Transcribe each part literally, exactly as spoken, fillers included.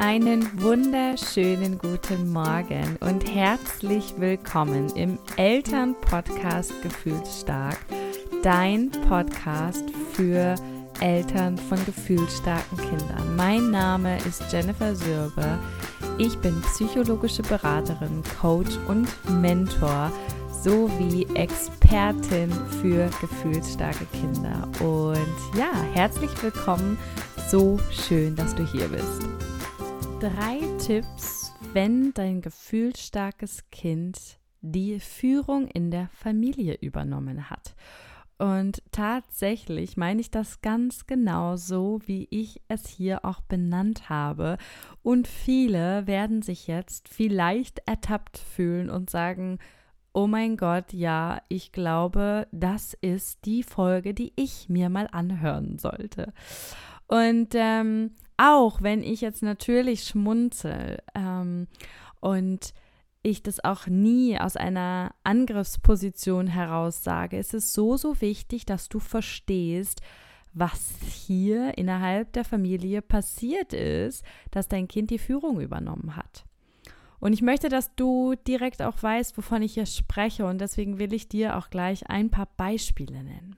Einen wunderschönen guten Morgen und herzlich willkommen im Elternpodcast Gefühlsstark, dein Podcast für Eltern von gefühlsstarken Kindern. Mein Name ist Jennifer Sürbe. Ich bin psychologische Beraterin, Coach und Mentor sowie Expertin für gefühlsstarke Kinder. Und ja, herzlich willkommen. So schön, dass du hier bist. Drei Tipps, wenn dein gefühlsstarkes Kind die Führung in der Familie übernommen hat. Und tatsächlich meine ich das ganz genau so, wie ich es hier auch benannt habe. Und viele werden sich jetzt vielleicht ertappt fühlen und sagen, oh mein Gott, ja, ich glaube, das ist die Folge, die ich mir mal anhören sollte. Und ähm, auch wenn ich jetzt natürlich schmunzel ähm, und ich das auch nie aus einer Angriffsposition heraus sage, es ist so, so wichtig, dass du verstehst, was hier innerhalb der Familie passiert ist, dass dein Kind die Führung übernommen hat. Und ich möchte, dass du direkt auch weißt, wovon ich hier spreche, und deswegen will ich dir auch gleich ein paar Beispiele nennen.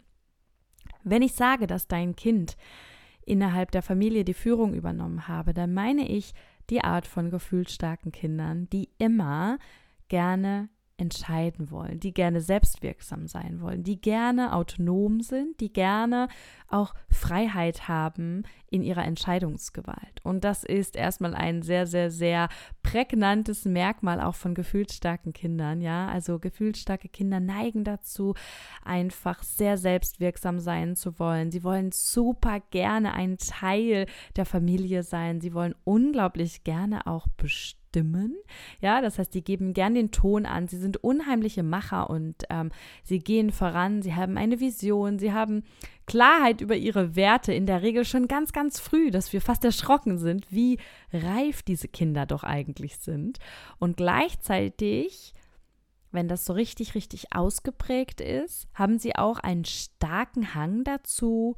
Wenn ich sage, dass dein Kind innerhalb der Familie die Führung übernommen habe, dann meine ich die Art von gefühlsstarken Kindern, die immer gerne entscheiden wollen, die gerne selbstwirksam sein wollen, die gerne autonom sind, die gerne auch Freiheit haben in ihrer Entscheidungsgewalt. Und das ist erstmal ein sehr, sehr, sehr prägnantes Merkmal auch von gefühlsstarken Kindern, ja. Also gefühlsstarke Kinder neigen dazu, einfach sehr selbstwirksam sein zu wollen. Sie wollen super gerne ein Teil der Familie sein. Sie wollen unglaublich gerne auch bestimmen. Stimmen. Ja, das heißt, die geben gern den Ton an, sie sind unheimliche Macher und ähm, sie gehen voran, sie haben eine Vision, sie haben Klarheit über ihre Werte, in der Regel schon ganz, ganz früh, dass wir fast erschrocken sind, wie reif diese Kinder doch eigentlich sind. Und gleichzeitig, wenn das so richtig, richtig ausgeprägt ist, haben sie auch einen starken Hang dazu,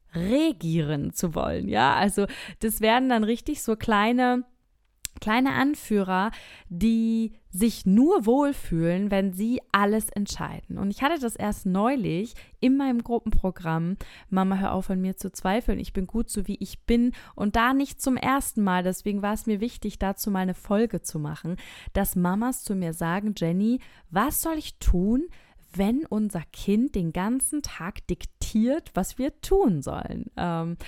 regieren zu wollen. Ja, also das werden dann richtig so kleine Kleine Anführer, die sich nur wohlfühlen, wenn sie alles entscheiden. Und ich hatte das erst neulich in meinem Gruppenprogramm Mama, hör auf an mir zu zweifeln, ich bin gut so wie ich bin, und da nicht zum ersten Mal, deswegen war es mir wichtig, dazu mal eine Folge zu machen, dass Mamas zu mir sagen, Jenny, was soll ich tun, wenn unser Kind den ganzen Tag diktiert, was wir tun sollen? Ähm,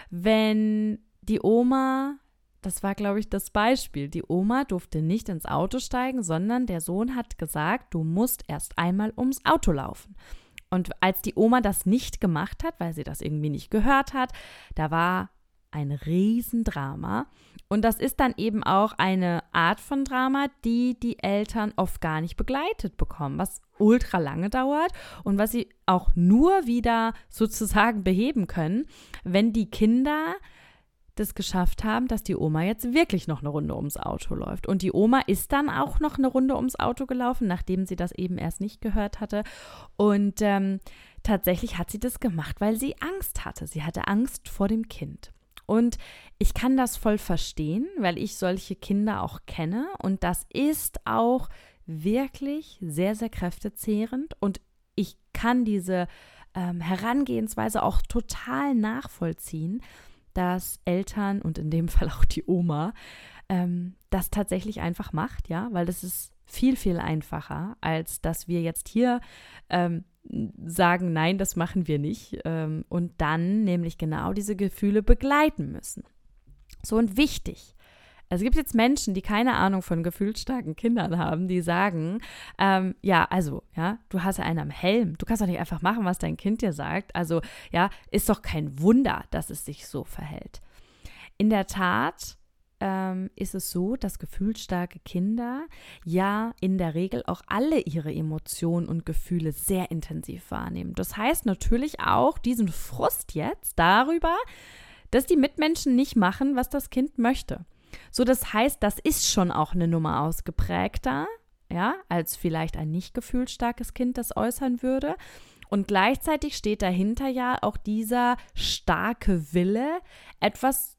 wenn die Oma Das war, glaube ich, das Beispiel. Die Oma durfte nicht ins Auto steigen, sondern der Sohn hat gesagt, du musst erst einmal ums Auto laufen. Und als die Oma das nicht gemacht hat, weil sie das irgendwie nicht gehört hat, da war ein Riesendrama. Und das ist dann eben auch eine Art von Drama, die die Eltern oft gar nicht begleitet bekommen, was ultra lange dauert und was sie auch nur wieder sozusagen beheben können, wenn die Kinder das geschafft haben, dass die Oma jetzt wirklich noch eine Runde ums Auto läuft. Und die Oma ist dann auch noch eine Runde ums Auto gelaufen, nachdem sie das eben erst nicht gehört hatte. Und ähm, tatsächlich hat sie das gemacht, weil sie Angst hatte. Sie hatte Angst vor dem Kind. Und ich kann das voll verstehen, weil ich solche Kinder auch kenne. Und das ist auch wirklich sehr, sehr kräftezehrend. Und ich kann diese ähm, Herangehensweise auch total nachvollziehen, dass Eltern und in dem Fall auch die Oma ähm, das tatsächlich einfach macht, ja, weil das ist viel, viel einfacher, als dass wir jetzt hier ähm, sagen, nein, das machen wir nicht ähm, und dann nämlich genau diese Gefühle begleiten müssen. So, und wichtig, es gibt jetzt Menschen, die keine Ahnung von gefühlsstarken Kindern haben, die sagen, ähm, ja, also, ja, du hast ja einen am Helm, du kannst doch nicht einfach machen, was dein Kind dir sagt. Also, ja, ist doch kein Wunder, dass es sich so verhält. In der Tat ähm, ist es so, dass gefühlsstarke Kinder ja in der Regel auch alle ihre Emotionen und Gefühle sehr intensiv wahrnehmen. Das heißt natürlich auch diesen Frust jetzt darüber, dass die Mitmenschen nicht machen, was das Kind möchte. So, das heißt, das ist schon auch eine Nummer ausgeprägter, ja, als vielleicht ein nicht gefühlsstarkes Kind das äußern würde. Und gleichzeitig steht dahinter ja auch dieser starke Wille, etwas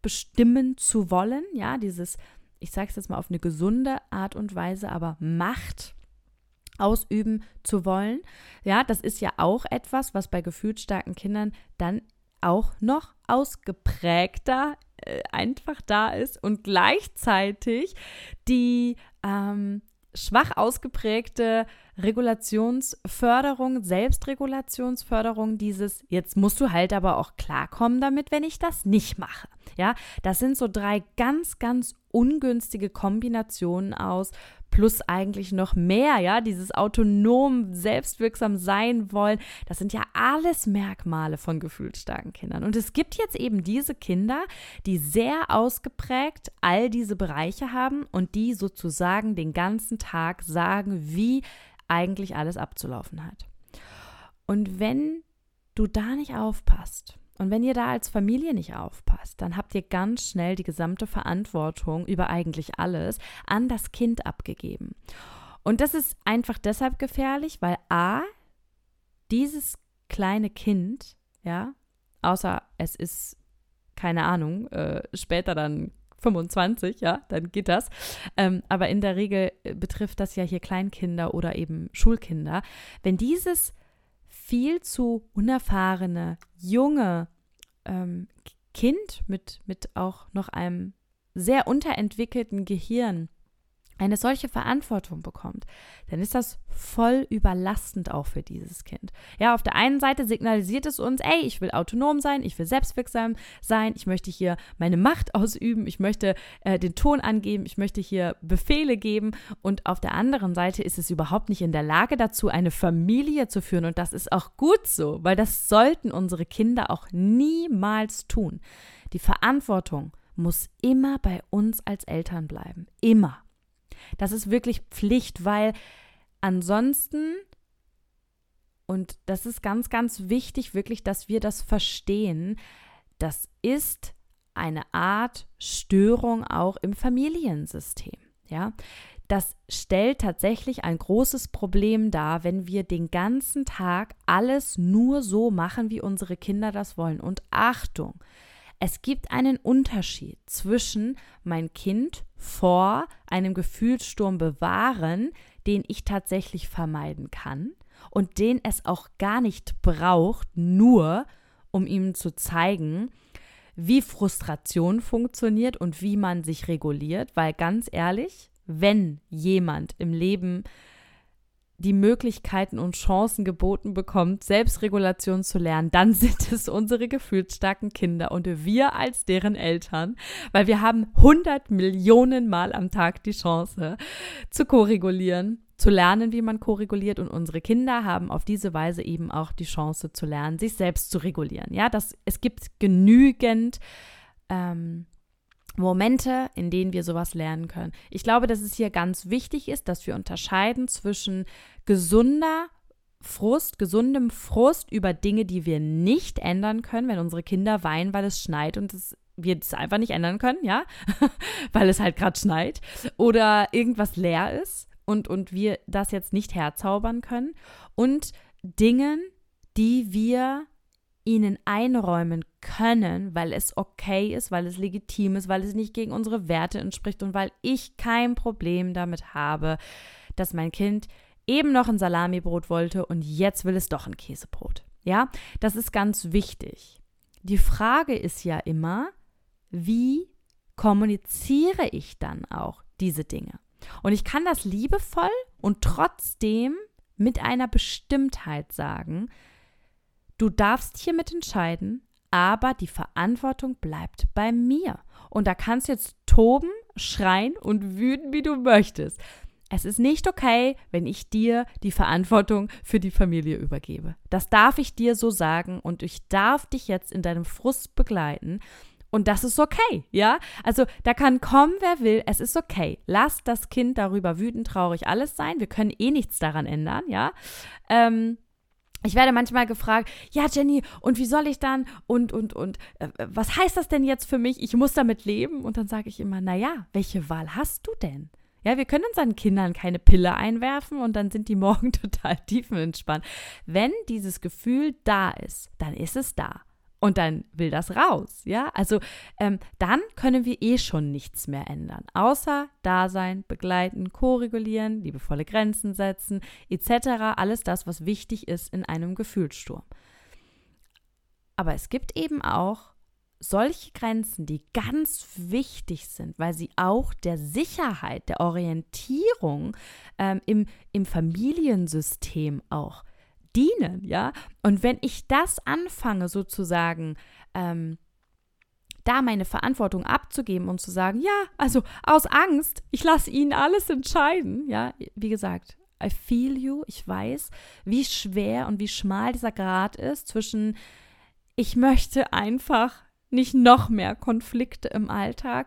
bestimmen zu wollen, ja, dieses, ich sage es jetzt mal auf eine gesunde Art und Weise, aber Macht ausüben zu wollen. Ja, das ist ja auch etwas, was bei gefühlsstarken Kindern dann auch noch ausgeprägter äh, einfach da ist und gleichzeitig die ähm, schwach ausgeprägte Regulationsförderung, Selbstregulationsförderung, dieses, jetzt musst du halt aber auch klarkommen damit, wenn ich das nicht mache. Ja, das sind so drei ganz, ganz ungünstige Kombinationen aus, plus eigentlich noch mehr, ja, dieses autonom, selbstwirksam sein wollen, das sind ja alles Merkmale von gefühlsstarken Kindern. Und es gibt jetzt eben diese Kinder, die sehr ausgeprägt all diese Bereiche haben und die sozusagen den ganzen Tag sagen, wie eigentlich alles abzulaufen hat. Und wenn du da nicht aufpasst, und wenn ihr da als Familie nicht aufpasst, dann habt ihr ganz schnell die gesamte Verantwortung über eigentlich alles an das Kind abgegeben. Und das ist einfach deshalb gefährlich, weil a, dieses kleine Kind, ja, außer es ist, keine Ahnung, äh, später dann fünfundzwanzig, ja, dann geht das. Ähm, aber in der Regel betrifft das ja hier Kleinkinder oder eben Schulkinder. Wenn dieses viel zu unerfahrene, junge ähm, Kind mit, mit auch noch einem sehr unterentwickelten Gehirn eine solche Verantwortung bekommt, dann ist das voll überlastend auch für dieses Kind. Ja, auf der einen Seite signalisiert es uns, ey, ich will autonom sein, ich will selbstwirksam sein, ich möchte hier meine Macht ausüben, ich möchte äh, den Ton angeben, ich möchte hier Befehle geben und auf der anderen Seite ist es überhaupt nicht in der Lage dazu, eine Familie zu führen und das ist auch gut so, weil das sollten unsere Kinder auch niemals tun. Die Verantwortung muss immer bei uns als Eltern bleiben, immer. Das ist wirklich Pflicht, weil ansonsten, und das ist ganz, ganz wichtig, wirklich, dass wir das verstehen, das ist eine Art Störung auch im Familiensystem, ja. Das stellt tatsächlich ein großes Problem dar, wenn wir den ganzen Tag alles nur so machen, wie unsere Kinder das wollen. Und Achtung, es gibt einen Unterschied zwischen mein Kind vor einem Gefühlssturm bewahren, den ich tatsächlich vermeiden kann und den es auch gar nicht braucht, nur um ihm zu zeigen, wie Frustration funktioniert und wie man sich reguliert, weil ganz ehrlich, wenn jemand im Leben die Möglichkeiten und Chancen geboten bekommt, Selbstregulation zu lernen, dann sind es unsere gefühlsstarken Kinder und wir als deren Eltern, weil wir haben hundert Millionen Mal am Tag die Chance zu koregulieren, zu lernen, wie man koreguliert und unsere Kinder haben auf diese Weise eben auch die Chance zu lernen, sich selbst zu regulieren. Ja, das, es gibt genügend ähm, Momente, in denen wir sowas lernen können. Ich glaube, dass es hier ganz wichtig ist, dass wir unterscheiden zwischen gesunder Frust, gesundem Frust über Dinge, die wir nicht ändern können, wenn unsere Kinder weinen, weil es schneit und es, wir es einfach nicht ändern können, ja, weil es halt gerade schneit oder irgendwas leer ist und, und wir das jetzt nicht herzaubern können und Dingen, die wir ihnen einräumen können, weil es okay ist, weil es legitim ist, weil es nicht gegen unsere Werte entspricht und weil ich kein Problem damit habe, dass mein Kind eben noch ein Salamibrot wollte und jetzt will es doch ein Käsebrot. Ja, das ist ganz wichtig. Die Frage ist ja immer, wie kommuniziere ich dann auch diese Dinge? Und ich kann das liebevoll und trotzdem mit einer Bestimmtheit sagen, du darfst hier mit entscheiden, aber die Verantwortung bleibt bei mir. Und da kannst du jetzt toben, schreien und wüten, wie du möchtest. Es ist nicht okay, wenn ich dir die Verantwortung für die Familie übergebe. Das darf ich dir so sagen und ich darf dich jetzt in deinem Frust begleiten. Und das ist okay, ja? Also da kann kommen, wer will, es ist okay. Lass das Kind darüber wütend, traurig, alles sein. Wir können eh nichts daran ändern, ja? Ähm, Ich werde manchmal gefragt, ja Jenny, und wie soll ich dann und, und, und, äh, was heißt das denn jetzt für mich? Ich muss damit leben. Und dann sage ich immer, naja, welche Wahl hast du denn? Ja, wir können unseren Kindern keine Pille einwerfen und dann sind die morgen total tiefenentspannt. Wenn dieses Gefühl da ist, dann ist es da. Und dann will das raus, ja. Also ähm, dann können wir eh schon nichts mehr ändern, außer da sein, begleiten, koregulieren, liebevolle Grenzen setzen, et cetera. Alles das, was wichtig ist in einem Gefühlssturm. Aber es gibt eben auch solche Grenzen, die ganz wichtig sind, weil sie auch der Sicherheit, der Orientierung ähm, im, im Familiensystem auch dienen, ja. Und wenn ich das anfange, sozusagen, ähm, da meine Verantwortung abzugeben und zu sagen, ja, also aus Angst, ich lasse ihnen alles entscheiden, ja, wie gesagt, I feel you, ich weiß, wie schwer und wie schmal dieser Grat ist zwischen, ich möchte einfach nicht noch mehr Konflikte im Alltag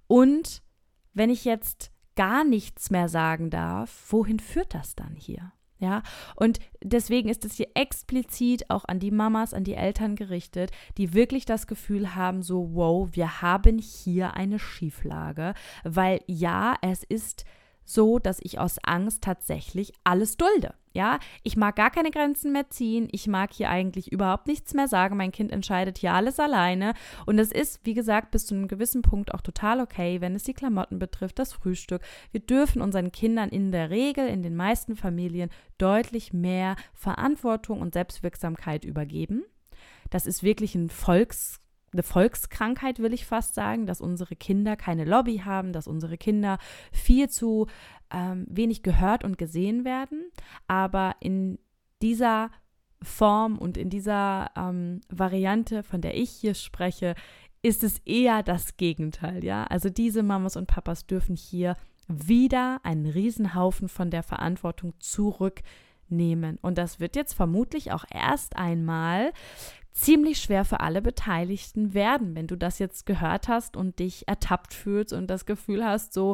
und wenn ich jetzt gar nichts mehr sagen darf, wohin führt das dann hier? Ja, und deswegen ist es hier explizit auch an die Mamas, an die Eltern gerichtet, die wirklich das Gefühl haben, so wow, wir haben hier eine Schieflage, weil ja, es ist so, dass ich aus Angst tatsächlich alles dulde. Ja, ich mag gar keine Grenzen mehr ziehen, ich mag hier eigentlich überhaupt nichts mehr sagen, mein Kind entscheidet hier alles alleine und es ist, wie gesagt, bis zu einem gewissen Punkt auch total okay, wenn es die Klamotten betrifft, das Frühstück. Wir dürfen unseren Kindern in der Regel, in den meisten Familien, deutlich mehr Verantwortung und Selbstwirksamkeit übergeben. Das ist wirklich ein Volks eine Volkskrankheit, will ich fast sagen, dass unsere Kinder keine Lobby haben, dass unsere Kinder viel zu ähm, wenig gehört und gesehen werden. Aber in dieser Form und in dieser ähm, Variante, von der ich hier spreche, ist es eher das Gegenteil, ja. Also diese Mamas und Papas dürfen hier wieder einen Riesenhaufen von der Verantwortung zurücknehmen. Und das wird jetzt vermutlich auch erst einmal ziemlich schwer für alle Beteiligten werden, wenn du das jetzt gehört hast und dich ertappt fühlst und das Gefühl hast, so,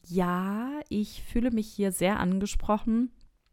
ja, ich fühle mich hier sehr angesprochen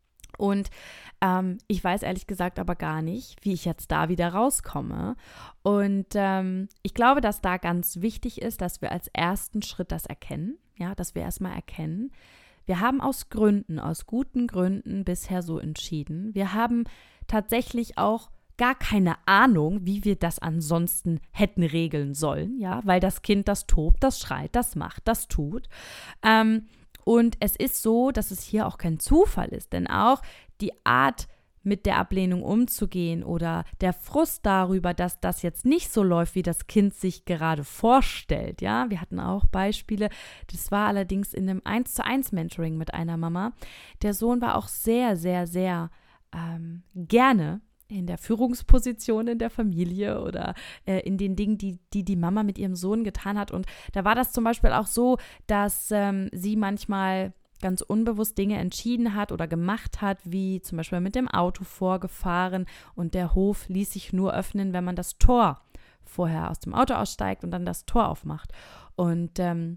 und ähm, ich weiß ehrlich gesagt aber gar nicht, wie ich jetzt da wieder rauskomme. Und ähm, ich glaube, dass da ganz wichtig ist, dass wir als ersten Schritt das erkennen, ja, dass wir erstmal erkennen, wir haben aus Gründen, aus guten Gründen bisher so entschieden. Wir haben tatsächlich auch gar keine Ahnung, wie wir das ansonsten hätten regeln sollen, ja, weil das Kind das tobt, das schreit, das macht, das tut. Ähm, und es ist so, dass es hier auch kein Zufall ist, denn auch die Art, mit der Ablehnung umzugehen oder der Frust darüber, dass das jetzt nicht so läuft, wie das Kind sich gerade vorstellt, ja, wir hatten auch Beispiele, das war allerdings in einem eins zu eins Mentoring mit einer Mama. Der Sohn war auch sehr, sehr, sehr ähm, gerne in der Führungsposition in der Familie oder äh, in den Dingen, die, die die Mama mit ihrem Sohn getan hat. Und da war das zum Beispiel auch so, dass ähm, sie manchmal ganz unbewusst Dinge entschieden hat oder gemacht hat, wie zum Beispiel mit dem Auto vorgefahren und der Hof ließ sich nur öffnen, wenn man das Tor vorher aus dem Auto aussteigt und dann das Tor aufmacht. Und ähm,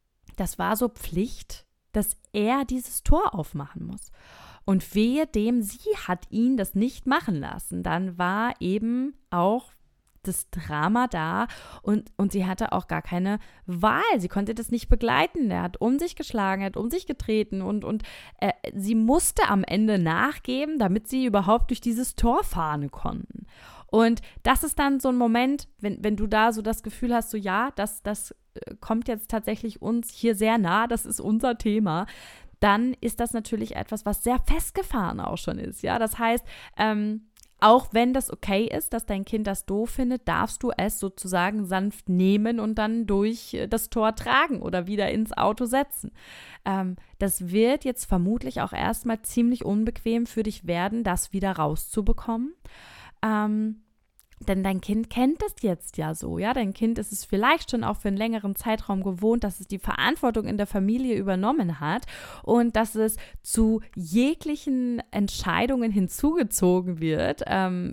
das war so Pflicht, dass er dieses Tor aufmachen muss. Und wehe dem, sie hat ihn das nicht machen lassen. Dann war eben auch das Drama da und, und sie hatte auch gar keine Wahl. Sie konnte das nicht begleiten. Er hat um sich geschlagen, er hat um sich getreten und, und äh, sie musste am Ende nachgeben, damit sie überhaupt durch dieses Tor fahren konnten. Und das ist dann so ein Moment, wenn, wenn du da so das Gefühl hast, so ja, das, das kommt jetzt tatsächlich uns hier sehr nah, das ist unser Thema, dann ist das natürlich etwas, was sehr festgefahren auch schon ist. Ja, das heißt, ähm, auch wenn das okay ist, dass dein Kind das doof findet, darfst du es sozusagen sanft nehmen und dann durch das Tor tragen oder wieder ins Auto setzen. Ähm, das wird jetzt vermutlich auch erstmal ziemlich unbequem für dich werden, das wieder rauszubekommen. Ähm, Denn dein Kind kennt das jetzt ja so, ja, dein Kind ist es vielleicht schon auch für einen längeren Zeitraum gewohnt, dass es die Verantwortung in der Familie übernommen hat und dass es zu jeglichen Entscheidungen hinzugezogen wird, ähm,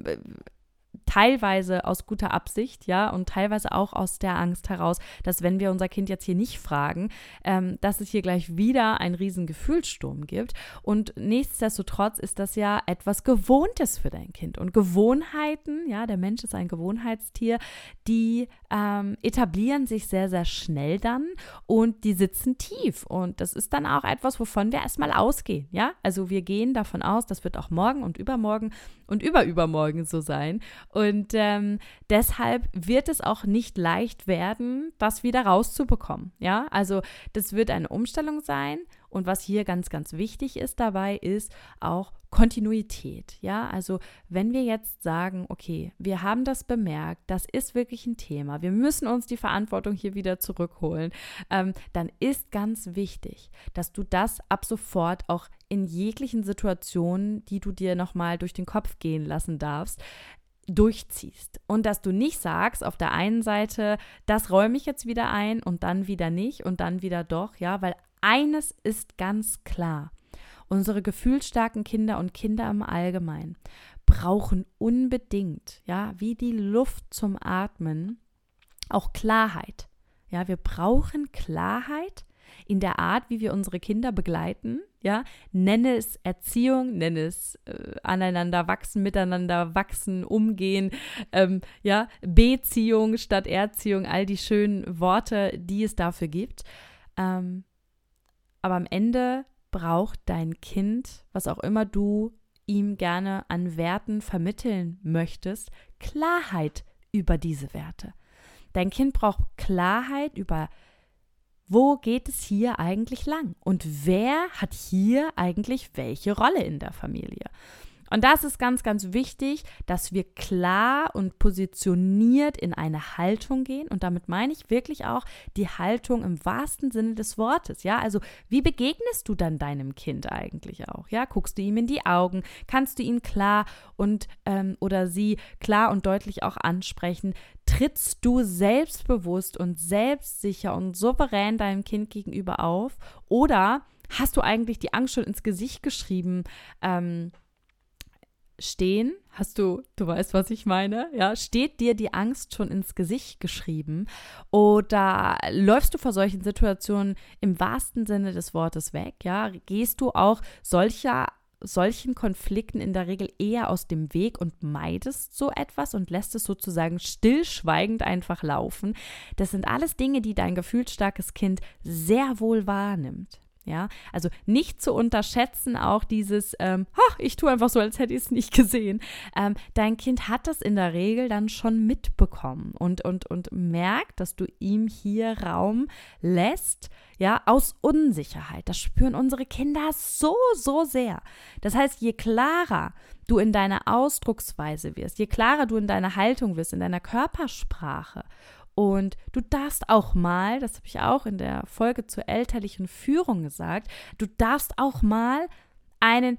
teilweise aus guter Absicht, ja, und teilweise auch aus der Angst heraus, dass wenn wir unser Kind jetzt hier nicht fragen, ähm, dass es hier gleich wieder einen riesen Gefühlssturm gibt. Und nichtsdestotrotz ist das ja etwas Gewohntes für dein Kind. Und Gewohnheiten, ja, der Mensch ist ein Gewohnheitstier, die ähm, etablieren sich sehr, sehr schnell dann und die sitzen tief. Und das ist dann auch etwas, wovon wir erstmal ausgehen, ja. Also wir gehen davon aus, das wird auch morgen und übermorgen und überübermorgen so sein. Und ähm, deshalb wird es auch nicht leicht werden, das wieder rauszubekommen. Ja, also das wird eine Umstellung sein. Und was hier ganz, ganz wichtig ist dabei, ist auch Kontinuität. Ja, also wenn wir jetzt sagen, okay, wir haben das bemerkt, das ist wirklich ein Thema, wir müssen uns die Verantwortung hier wieder zurückholen, ähm, dann ist ganz wichtig, dass du das ab sofort auch in jeglichen Situationen, die du dir nochmal durch den Kopf gehen lassen darfst, durchziehst. Und dass du nicht sagst, auf der einen Seite, das räume ich jetzt wieder ein und dann wieder nicht und dann wieder doch, ja, weil eines ist ganz klar: Unsere gefühlsstarken Kinder und Kinder im Allgemeinen brauchen unbedingt, ja, wie die Luft zum Atmen, auch Klarheit. Ja, wir brauchen Klarheit in der Art, wie wir unsere Kinder begleiten. Ja, nenne es Erziehung, nenne es äh, aneinander wachsen, miteinander wachsen, umgehen, ähm, ja, Beziehung statt Erziehung, all die schönen Worte, die es dafür gibt. Ähm, aber am Ende braucht dein Kind, was auch immer du ihm gerne an Werten vermitteln möchtest, Klarheit über diese Werte. Dein Kind braucht Klarheit über, wo geht es hier eigentlich lang und wer hat hier eigentlich welche Rolle in der Familie. Und das ist ganz, ganz wichtig, dass wir klar und positioniert in eine Haltung gehen. Und damit meine ich wirklich auch die Haltung im wahrsten Sinne des Wortes. Ja, also wie begegnest du dann deinem Kind eigentlich auch? Ja, guckst du ihm in die Augen? Kannst du ihn klar und ähm, oder sie klar und deutlich auch ansprechen? Trittst du selbstbewusst und selbstsicher und souverän deinem Kind gegenüber auf? Oder hast du eigentlich die Angst schon ins Gesicht geschrieben? Ähm, Stehen, hast du, du weißt, was ich meine, ja, steht dir die Angst schon ins Gesicht geschrieben oder läufst du vor solchen Situationen im wahrsten Sinne des Wortes weg, ja, gehst du auch solcher, solchen Konflikten in der Regel eher aus dem Weg und meidest so etwas und lässt es sozusagen stillschweigend einfach laufen. Das sind alles Dinge, die dein gefühlsstarkes Kind sehr wohl wahrnimmt. Ja, also nicht zu unterschätzen auch dieses, ähm, ha, ich tue einfach so, als hätte ich es nicht gesehen. Ähm, dein Kind hat das in der Regel dann schon mitbekommen und, und, und merkt, dass du ihm hier Raum lässt, ja, aus Unsicherheit. Das spüren unsere Kinder so, so sehr. Das heißt, je klarer du in deiner Ausdrucksweise wirst, je klarer du in deiner Haltung wirst, in deiner Körpersprache. Und du darfst auch mal, das habe ich auch in der Folge zur elterlichen Führung gesagt, du darfst auch mal einen,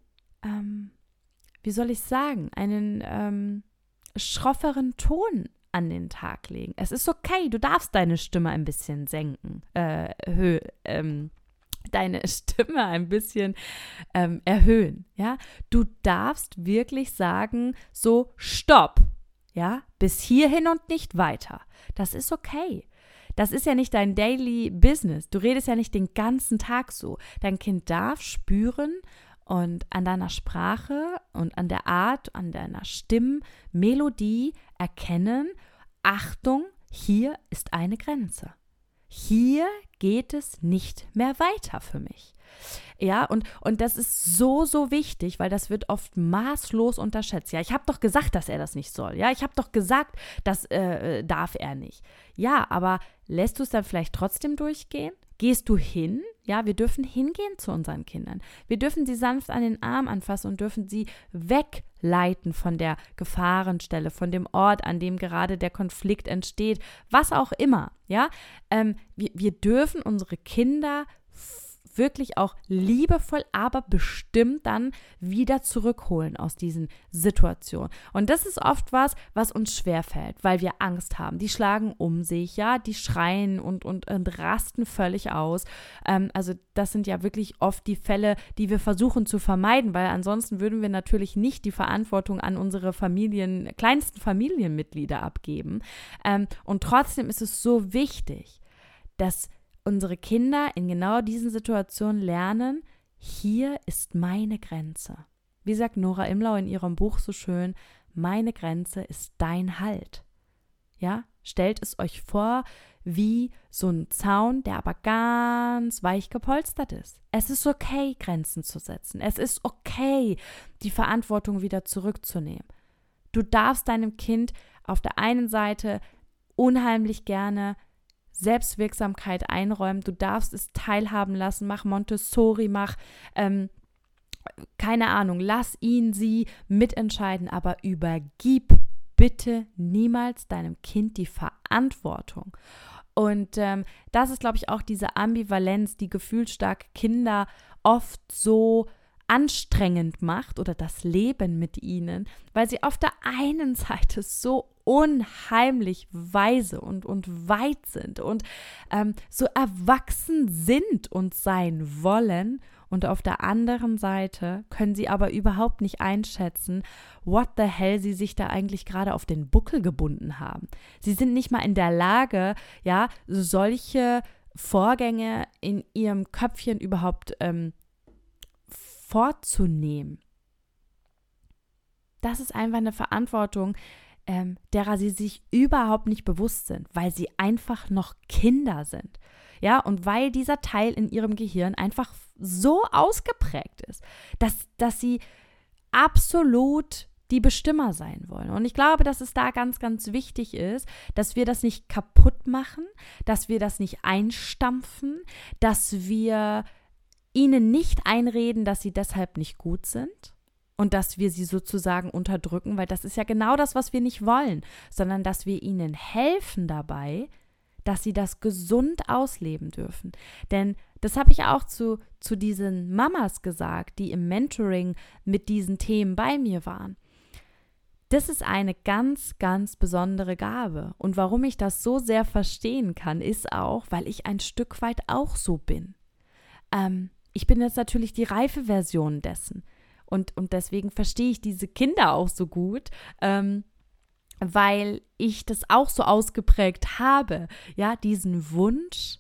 ähm, wie soll ich sagen, einen ähm, schrofferen Ton an den Tag legen. Es ist okay, du darfst deine Stimme ein bisschen senken, äh, hö, ähm, deine Stimme ein bisschen ähm, erhöhen, ja. Du darfst wirklich sagen, so, stopp. Ja, bis hierhin und nicht weiter. Das ist okay. Das ist ja nicht dein Daily Business. Du redest ja nicht den ganzen Tag so. Dein Kind darf spüren und an deiner Sprache und an der Art, an deiner Stimmmelodie erkennen, Achtung, hier ist eine Grenze. Hier geht es nicht mehr weiter für mich. Ja, und, und das ist so, so wichtig, weil das wird oft maßlos unterschätzt. Ja, ich habe doch gesagt, dass er das nicht soll. Ja, ich habe doch gesagt, das äh, darf er nicht. Ja, aber lässt du es dann vielleicht trotzdem durchgehen? Gehst du hin? Ja, wir dürfen hingehen zu unseren Kindern. Wir dürfen sie sanft an den Arm anfassen und dürfen sie wegleiten von der Gefahrenstelle, von dem Ort, an dem gerade der Konflikt entsteht, was auch immer. Ja, ähm, wir, wir dürfen unsere Kinder wirklich auch liebevoll, aber bestimmt dann wieder zurückholen aus diesen Situationen. Und das ist oft was, was uns schwerfällt, weil wir Angst haben. Die schlagen um sich, ja, die schreien und, und, und rasten völlig aus. Ähm, also das sind ja wirklich oft die Fälle, die wir versuchen zu vermeiden, weil ansonsten würden wir natürlich nicht die Verantwortung an unsere Familien, kleinsten Familienmitglieder abgeben. Ähm, und trotzdem ist es so wichtig, dass unsere Kinder in genau diesen Situationen lernen, hier ist meine Grenze. Wie sagt Nora Imlau in ihrem Buch so schön, meine Grenze ist dein Halt. Ja, stellt es euch vor wie so ein Zaun, der aber ganz weich gepolstert ist. Es ist okay, Grenzen zu setzen. Es ist okay, die Verantwortung wieder zurückzunehmen. Du darfst deinem Kind auf der einen Seite unheimlich gerne Selbstwirksamkeit einräumen. Du darfst es teilhaben lassen. Mach Montessori, mach, ähm, keine Ahnung, lass ihn, sie mitentscheiden, aber übergib bitte niemals deinem Kind die Verantwortung. Und ähm, das ist, glaube ich, auch diese Ambivalenz, die gefühlsstarke Kinder oft so anstrengend macht oder das Leben mit ihnen, weil sie auf der einen Seite so unheimlich weise und, und weit sind und ähm, so erwachsen sind und sein wollen, und auf der anderen Seite können sie aber überhaupt nicht einschätzen, what the hell sie sich da eigentlich gerade auf den Buckel gebunden haben. Sie sind nicht mal in der Lage, ja, solche Vorgänge in ihrem Köpfchen überhaupt ähm, vorzunehmen. Das ist einfach eine Verantwortung, ähm, derer sie sich überhaupt nicht bewusst sind, weil sie einfach noch Kinder sind. Ja, und weil dieser Teil in ihrem Gehirn einfach so ausgeprägt ist, dass, dass sie absolut die Bestimmer sein wollen. Und ich glaube, dass es da ganz, ganz wichtig ist, dass wir das nicht kaputt machen, dass wir das nicht einstampfen, dass wir ihnen nicht einreden, dass sie deshalb nicht gut sind und dass wir sie sozusagen unterdrücken, weil das ist ja genau das, was wir nicht wollen, sondern dass wir ihnen helfen dabei, dass sie das gesund ausleben dürfen. Denn das habe ich auch zu, zu diesen Mamas gesagt, die im Mentoring mit diesen Themen bei mir waren. Das ist eine ganz, ganz besondere Gabe. Und warum ich das so sehr verstehen kann, ist auch, weil ich ein Stück weit auch so bin. Ähm, ich bin jetzt natürlich die reife Version dessen. Und, und deswegen verstehe ich diese Kinder auch so gut, ähm, weil ich das auch so ausgeprägt habe, ja, diesen Wunsch,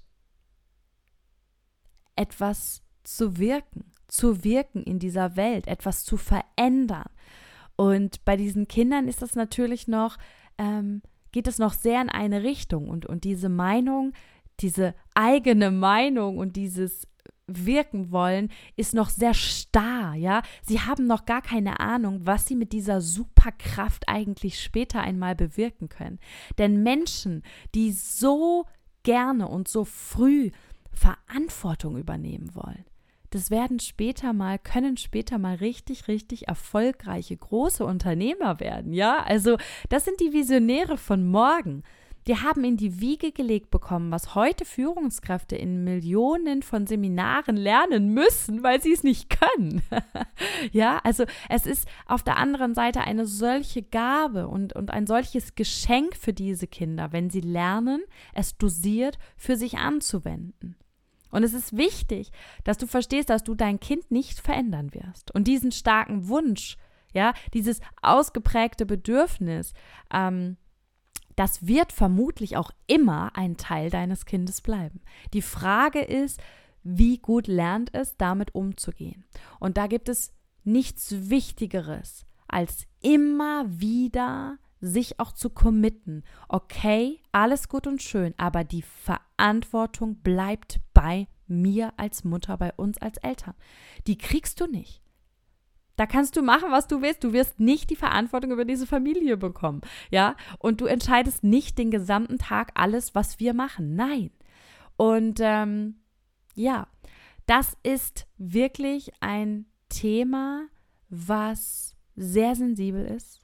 etwas zu wirken, zu wirken in dieser Welt, etwas zu verändern. Und bei diesen Kindern ist das natürlich noch, ähm, geht es noch sehr in eine Richtung und, und diese Meinung, diese eigene Meinung und dieses wirken wollen, ist noch sehr starr, ja. Sie haben noch gar keine Ahnung, was sie mit dieser Superkraft eigentlich später einmal bewirken können. Denn Menschen, die so gerne und so früh Verantwortung übernehmen wollen, das werden später mal, können später mal richtig, richtig erfolgreiche, große Unternehmer werden, ja. Also das sind die Visionäre von morgen. Die haben in die Wiege gelegt bekommen, was heute Führungskräfte in Millionen von Seminaren lernen müssen, weil sie es nicht können. Ja, also es ist auf der anderen Seite eine solche Gabe und, und ein solches Geschenk für diese Kinder, wenn sie lernen, es dosiert für sich anzuwenden. Und es ist wichtig, dass du verstehst, dass du dein Kind nicht verändern wirst. Und diesen starken Wunsch, ja, dieses ausgeprägte Bedürfnis, ähm, das wird vermutlich auch immer ein Teil deines Kindes bleiben. Die Frage ist, wie gut lernt es, damit umzugehen? Und da gibt es nichts Wichtigeres, als immer wieder sich auch zu committen. Okay, alles gut und schön, aber die Verantwortung bleibt bei mir als Mutter, bei uns als Eltern. Die kriegst du nicht. Da kannst du machen, was du willst. Du wirst nicht die Verantwortung über diese Familie bekommen, ja? Und du entscheidest nicht den gesamten Tag alles, was wir machen. Nein. Und ähm, ja, das ist wirklich ein Thema, was sehr sensibel ist,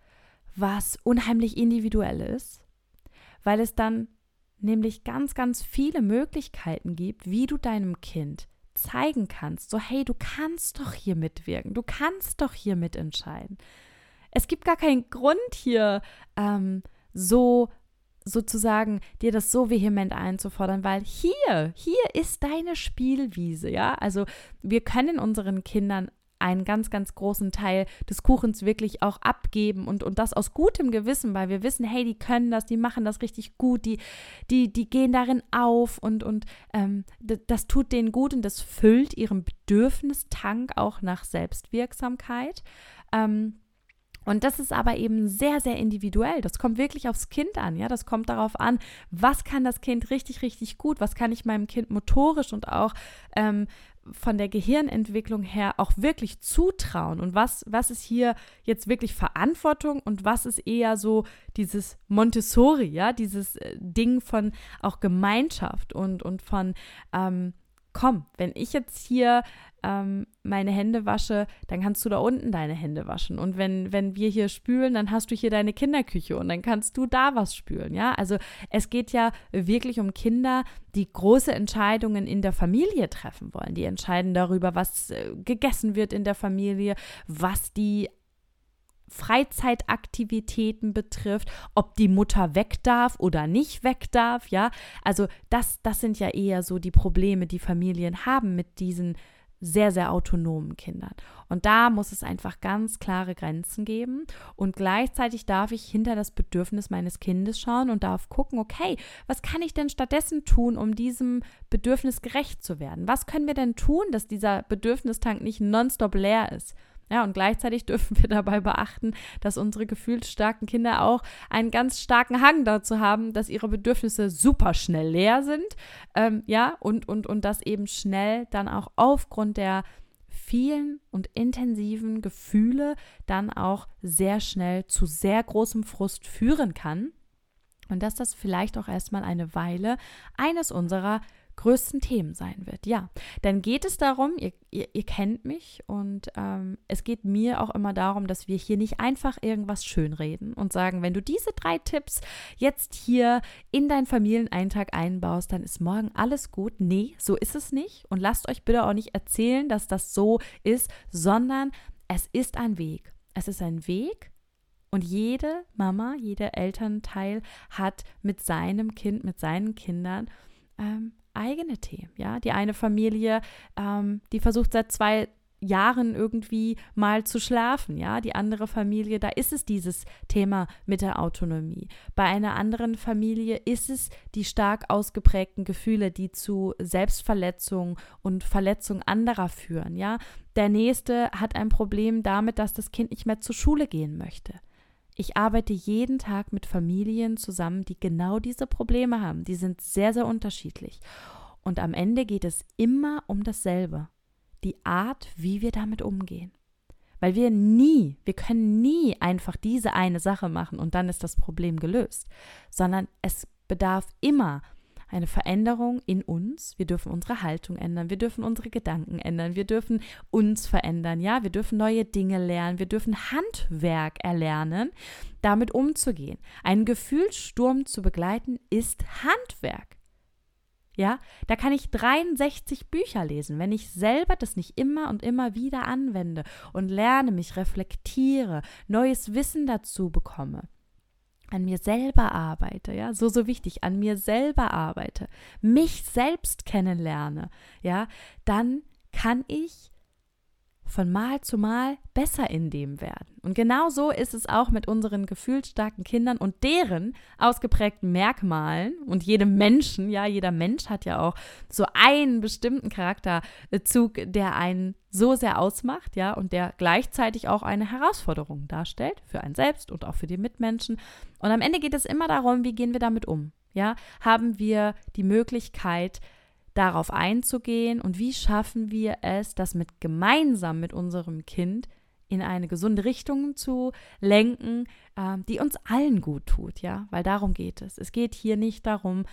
was unheimlich individuell ist, weil es dann nämlich ganz, ganz viele Möglichkeiten gibt, wie du deinem Kind zeigen kannst, so hey, du kannst doch hier mitwirken, du kannst doch hier mitentscheiden. Es gibt gar keinen Grund hier ähm, so sozusagen dir das so vehement einzufordern, weil hier, hier ist deine Spielwiese, ja, also wir können unseren Kindern einen ganz, ganz großen Teil des Kuchens wirklich auch abgeben und, und das aus gutem Gewissen, weil wir wissen, hey, die können das, die machen das richtig gut, die, die, die gehen darin auf und, und ähm, d- das tut denen gut und das füllt ihren Bedürfnistank auch nach Selbstwirksamkeit. Ähm, Und das ist aber eben sehr, sehr individuell. Das kommt wirklich aufs Kind an, ja. Das kommt darauf an, was kann das Kind richtig, richtig gut, was kann ich meinem Kind motorisch und auch ähm, von der Gehirnentwicklung her auch wirklich zutrauen und was, was ist hier jetzt wirklich Verantwortung und was ist eher so dieses Montessori, ja, dieses Ding von auch Gemeinschaft und, und von ähm, komm, wenn ich jetzt hier ähm, meine Hände wasche, dann kannst du da unten deine Hände waschen. Und wenn, wenn wir hier spülen, dann hast du hier deine Kinderküche und dann kannst du da was spülen. Ja, also es geht ja wirklich um Kinder, die große Entscheidungen in der Familie treffen wollen. Die entscheiden darüber, was äh, gegessen wird in der Familie, was die Freizeitaktivitäten betrifft, ob die Mutter weg darf oder nicht weg darf, ja, also das, das sind ja eher so die Probleme, die Familien haben mit diesen sehr, sehr autonomen Kindern. Und da muss es einfach ganz klare Grenzen geben und gleichzeitig darf ich hinter das Bedürfnis meines Kindes schauen und darf gucken, okay, was kann ich denn stattdessen tun, um diesem Bedürfnis gerecht zu werden? Was können wir denn tun, dass dieser Bedürfnistank nicht nonstop leer ist? Ja, und gleichzeitig dürfen wir dabei beachten, dass unsere gefühlsstarken Kinder auch einen ganz starken Hang dazu haben, dass ihre Bedürfnisse super schnell leer sind, ähm, ja, und, und, und das eben schnell dann auch aufgrund der vielen und intensiven Gefühle dann auch sehr schnell zu sehr großem Frust führen kann und dass das vielleicht auch erstmal eine Weile eines unserer größten Themen sein wird, ja. Dann geht es darum, ihr, ihr, ihr kennt mich und ähm, es geht mir auch immer darum, dass wir hier nicht einfach irgendwas schönreden und sagen, wenn du diese drei Tipps jetzt hier in deinen Familienalltag einbaust, dann ist morgen alles gut. Nee, so ist es nicht und lasst euch bitte auch nicht erzählen, dass das so ist, sondern es ist ein Weg. Es ist ein Weg und jede Mama, jeder Elternteil hat mit seinem Kind, mit seinen Kindern ähm, eigene Themen, ja. Die eine Familie, ähm, die versucht seit zwei Jahren irgendwie mal zu schlafen, ja. Die andere Familie, da ist es dieses Thema mit der Autonomie. Bei einer anderen Familie ist es die stark ausgeprägten Gefühle, die zu Selbstverletzung und Verletzung anderer führen, ja. Der Nächste hat ein Problem damit, dass das Kind nicht mehr zur Schule gehen möchte. Ich arbeite jeden Tag mit Familien zusammen, die genau diese Probleme haben. Die sind sehr, sehr unterschiedlich. Und am Ende geht es immer um dasselbe. Die Art, wie wir damit umgehen. Weil wir nie, wir können nie einfach diese eine Sache machen und dann ist das Problem gelöst. Sondern es bedarf immer eine Veränderung in uns. Wir dürfen unsere Haltung ändern, wir dürfen unsere Gedanken ändern, wir dürfen uns verändern, ja, wir dürfen neue Dinge lernen, wir dürfen Handwerk erlernen, damit umzugehen. Einen Gefühlssturm zu begleiten ist Handwerk. Ja, da kann ich dreiundsechzig Bücher lesen, wenn ich selber das nicht immer und immer wieder anwende und lerne, mich reflektiere, neues Wissen dazu bekomme. An mir selber arbeite, ja, so, so wichtig, an mir selber arbeite, mich selbst kennenlerne, ja, dann kann ich von Mal zu Mal besser in dem werden. Und genau so ist es auch mit unseren gefühlsstarken Kindern und deren ausgeprägten Merkmalen und jedem Menschen, ja, jeder Mensch hat ja auch so einen bestimmten Charakterzug, der einen so sehr ausmacht, ja, und der gleichzeitig auch eine Herausforderung darstellt für einen selbst und auch für die Mitmenschen. Und am Ende geht es immer darum, wie gehen wir damit um, ja, haben wir die Möglichkeit, darauf einzugehen und wie schaffen wir es, das mit gemeinsam mit unserem Kind in eine gesunde Richtung zu lenken, äh, die uns allen gut tut, ja, weil darum geht es. Es geht hier nicht darum,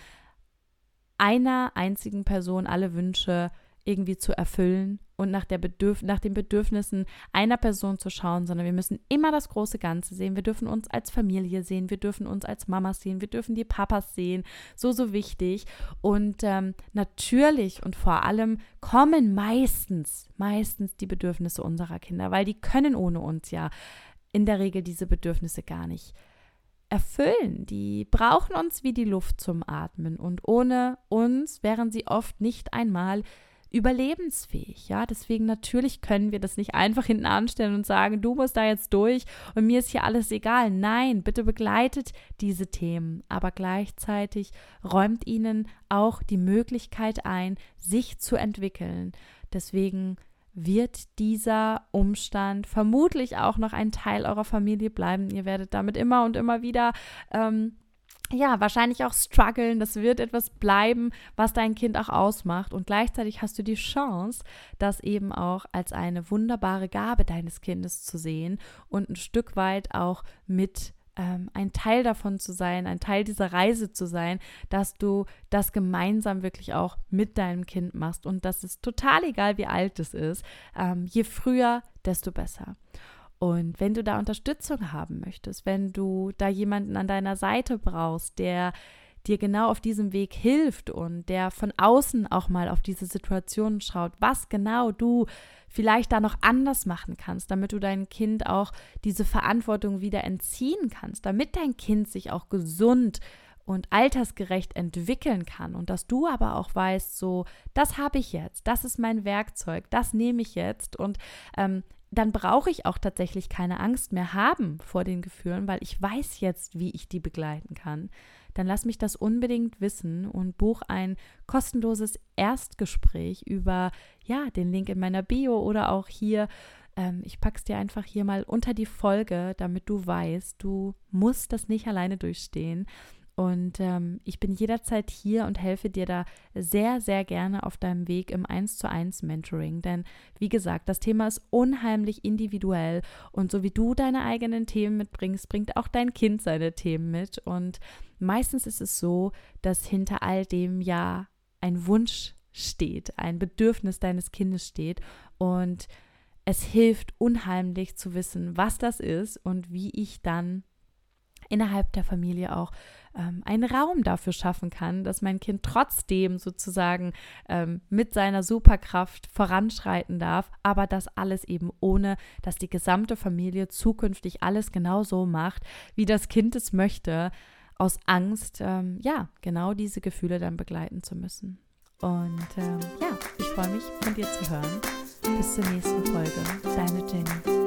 einer einzigen Person alle Wünsche irgendwie zu erfüllen und nach, der Bedürf- nach den Bedürfnissen einer Person zu schauen, sondern wir müssen immer das große Ganze sehen. Wir dürfen uns als Familie sehen, wir dürfen uns als Mamas sehen, wir dürfen die Papas sehen, so, so wichtig. Und ähm, natürlich und vor allem kommen meistens, meistens die Bedürfnisse unserer Kinder, weil die können ohne uns ja in der Regel diese Bedürfnisse gar nicht erfüllen. Die brauchen uns wie die Luft zum Atmen und ohne uns wären sie oft nicht einmal überlebensfähig, ja, deswegen natürlich können wir das nicht einfach hinten anstellen und sagen, du musst da jetzt durch und mir ist hier alles egal. Nein, bitte begleitet diese Themen, aber gleichzeitig räumt ihnen auch die Möglichkeit ein, sich zu entwickeln. Deswegen, wird dieser Umstand vermutlich auch noch ein Teil eurer Familie bleiben. Ihr werdet damit immer und immer wieder ähm, ja, wahrscheinlich auch strugglen. Das wird etwas bleiben, was dein Kind auch ausmacht. Und gleichzeitig hast du die Chance, das eben auch als eine wunderbare Gabe deines Kindes zu sehen und ein Stück weit auch mit ähm, ein Teil davon zu sein, ein Teil dieser Reise zu sein, dass du das gemeinsam wirklich auch mit deinem Kind machst. Und das ist total egal, wie alt es ist. Ähm, je früher, desto besser. Und wenn du da Unterstützung haben möchtest, wenn du da jemanden an deiner Seite brauchst, der dir genau auf diesem Weg hilft und der von außen auch mal auf diese Situation schaut, was genau du vielleicht da noch anders machen kannst, damit du deinem Kind auch diese Verantwortung wieder entziehen kannst, damit dein Kind sich auch gesund und altersgerecht entwickeln kann und dass du aber auch weißt, so, das habe ich jetzt, das ist mein Werkzeug, das nehme ich jetzt und ähm, dann brauche ich auch tatsächlich keine Angst mehr haben vor den Gefühlen, weil ich weiß jetzt, wie ich die begleiten kann. Dann lass mich das unbedingt wissen und buch ein kostenloses Erstgespräch über ja, den Link in meiner Bio oder auch hier. Ähm, ich packe es dir einfach hier mal unter die Folge, damit du weißt, du musst das nicht alleine durchstehen. Und ähm, ich bin jederzeit hier und helfe dir da sehr, sehr gerne auf deinem Weg im eins zu eins Mentoring. Denn wie gesagt, das Thema ist unheimlich individuell. Und so wie du deine eigenen Themen mitbringst, bringt auch dein Kind seine Themen mit. Und meistens ist es so, dass hinter all dem ja ein Wunsch steht, ein Bedürfnis deines Kindes steht. Und es hilft unheimlich zu wissen, was das ist und wie ich dann innerhalb der Familie auch ähm, einen Raum dafür schaffen kann, dass mein Kind trotzdem sozusagen ähm, mit seiner Superkraft voranschreiten darf, aber das alles eben ohne, dass die gesamte Familie zukünftig alles genau so macht, wie das Kind es möchte, aus Angst, ähm, ja, genau diese Gefühle dann begleiten zu müssen. Und ähm, ja, ich freue mich, von dir zu hören. Bis zur nächsten Folge. Deine Jenny.